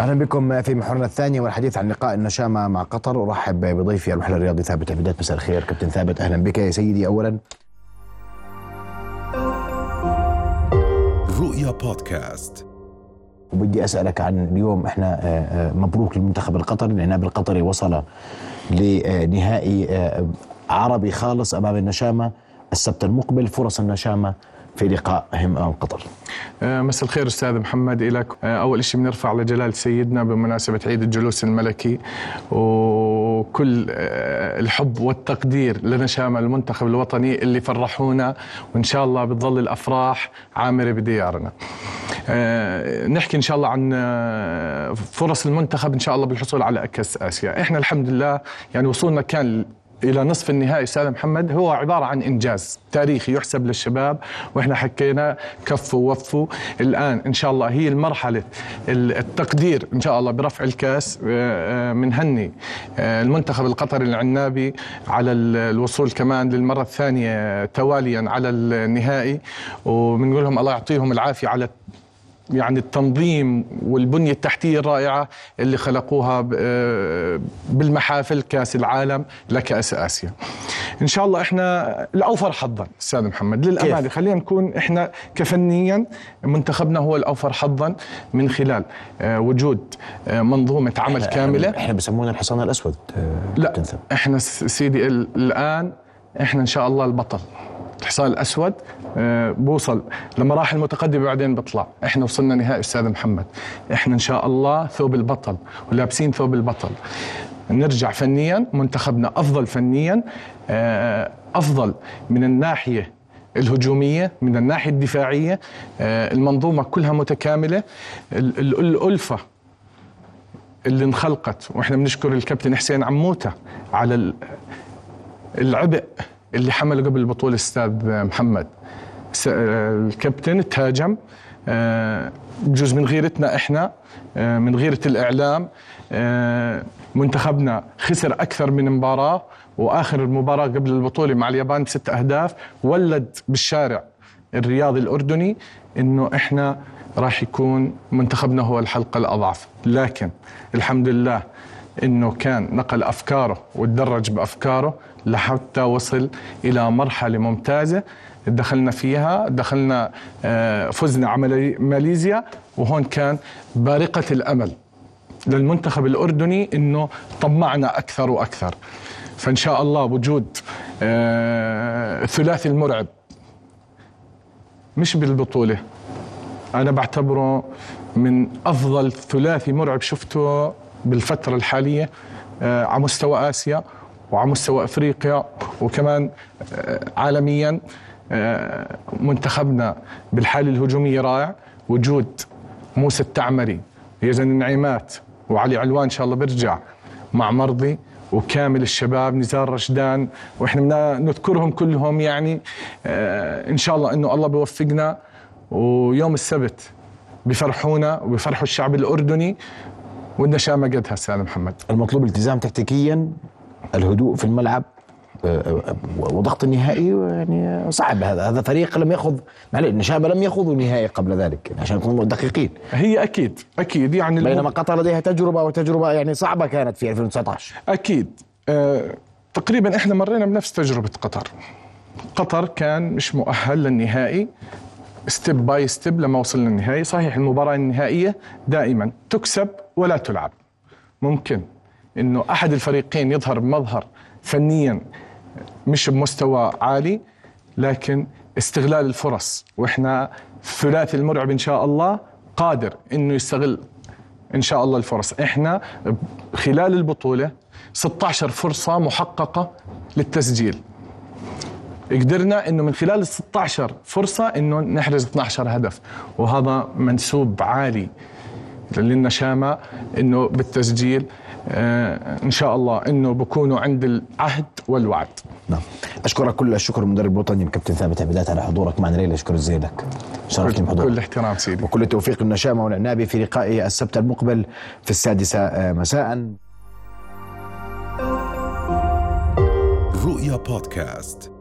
أهلا بكم في محورنا الثاني والحديث عن لقاء النشامة مع قطر. أرحب بضيفي المحلل الرياضي ثابت عبيدات. مساء الخير كابتن ثابت، أهلا بك يا سيدي. أولا رؤيا بودكاست، وبدي أسألك عن اليوم. احنا مبروك للمنتخب القطري، العناب القطري وصل لنهائي عربي خالص أمام النشامة السبت المقبل. فرص النشامة في لقائهم أمام قطر. مساء الخير أستاذ محمد إلك. أول شيء بنرفع لجلالة سيدنا بمناسبة عيد الجلوس الملكي وكل الحب والتقدير لنشامة المنتخب الوطني اللي فرحونا، وإن شاء الله بتظل الأفراح عامرة بديارنا. نحكي إن شاء الله عن فرص المنتخب إن شاء الله بالحصول على كأس آسيا. إحنا الحمد لله يعني وصولنا كان إلى نصف النهائي أستاذ محمد هو عبارة عن إنجاز تاريخي يحسب للشباب، وإحنا حكينا كفوا ووفوا. الآن إن شاء الله هي المرحلة التقدير إن شاء الله برفع الكاس. منهني المنتخب القطري العنابي على الوصول كمان للمرة الثانية تواليا على النهائي، وبنقول لهم الله يعطيهم العافية على يعني التنظيم والبنية التحتية الرائعة اللي خلقوها بالمحافل كأس العالم لكأس آسيا. إن شاء الله إحنا الأوفر حظا أستاذ محمد للأمانة، خلينا نكون إحنا كفنيا منتخبنا هو الأوفر حظا من خلال وجود منظومة عمل كاملة. إحنا بسمونا الحصان الأسود. لا إحنا سيدي الآن إحنا إن شاء الله البطل. الحصان الأسود بوصل لمراحل متقدمة بعدين بطلع. احنا وصلنا نهائي أستاذ محمد، احنا ان شاء الله ثوب البطل ولابسين ثوب البطل. نرجع فنيا منتخبنا افضل فنيا، افضل من الناحية الهجومية، من الناحية الدفاعية. المنظومة كلها متكاملة. الألفة اللي انخلقت، واحنا بنشكر الكابتن حسين عموتة على العبء اللي حمله قبل البطولة أستاذ محمد. الكابتن تهاجم بجوز من غيرتنا إحنا، من غيرة الإعلام. منتخبنا خسر أكثر من مباراة، وآخر المباراة قبل البطولة مع اليابان ب6 أهداف ولد بالشارع الرياضي الأردني إنه إحنا راح يكون منتخبنا هو الحلقة الأضعف. لكن الحمد لله إنه كان نقل أفكاره وتدرج بأفكاره لحتى وصل إلى مرحلة ممتازة دخلنا فيها. دخلنا فزنا على ماليزيا، وهون كان بارقة الأمل للمنتخب الأردني إنه طمعنا أكثر وأكثر. فإن شاء الله وجود الثلاثي المرعب مش بالبطولة، أنا بعتبره من أفضل ثلاثي مرعب شفته بالفترة الحالية على مستوى آسيا وعلى مستوى أفريقيا وكمان عالميا. منتخبنا بالحالة الهجومية رائع. وجود موسى التعمري، يزن النعيمات، وعلي علوان إن شاء الله بيرجع مع مرضي، وكامل الشباب نزار رشدان، وإحنا بدنا نذكرهم كلهم يعني. إن شاء الله إنه الله بيوفقنا، ويوم السبت بفرحونا وبفرحوا الشعب الأردني، والنشامة قدها أستاذ محمد. المطلوب التزام تكتيكيا، الهدوء في الملعب، وضغط النهائي. يعني صعب هذا فريق لم يأخذ النشامة لم يأخذوا نهائي قبل ذلك عشان نكون دقيقين. هي أكيد يعني بينما قطر لديها تجربة يعني صعبة كانت في 2019. أكيد. تقريبا إحنا مرينا بنفس تجربة قطر. قطر كان مش مؤهل للنهائي ستيب باي ستيب لما وصلنا للنهائي. صحيح المباراة النهائية دائما تكسب ولا تلعب. ممكن إنه أحد الفريقين يظهر بمظهر فنيا مش بمستوى عالي، لكن استغلال الفرص، وإحنا الثلاثي المرعب إن شاء الله قادر إنه يستغل إن شاء الله الفرص. إحنا خلال البطولة 16 فرصة محققة للتسجيل، قدرنا إنه من خلال 16 فرصة إنه نحرز 12 هدف، وهذا منسوب عالي للنشامة إنه بالتسجيل. إن شاء الله إنه بكونوا عند العهد والوعد. نعم. أشكرك كل الشكر المدرب الوطني كابتن ثابت عبيدات على حضورك معنا الليلة. أشكر الزين لك، شرفتني بحضورك. كل احترام سيدي، وكل التوفيق للنشامة والعنابي في لقائه السبت المقبل في 6 مساء. رؤيا بودكاست.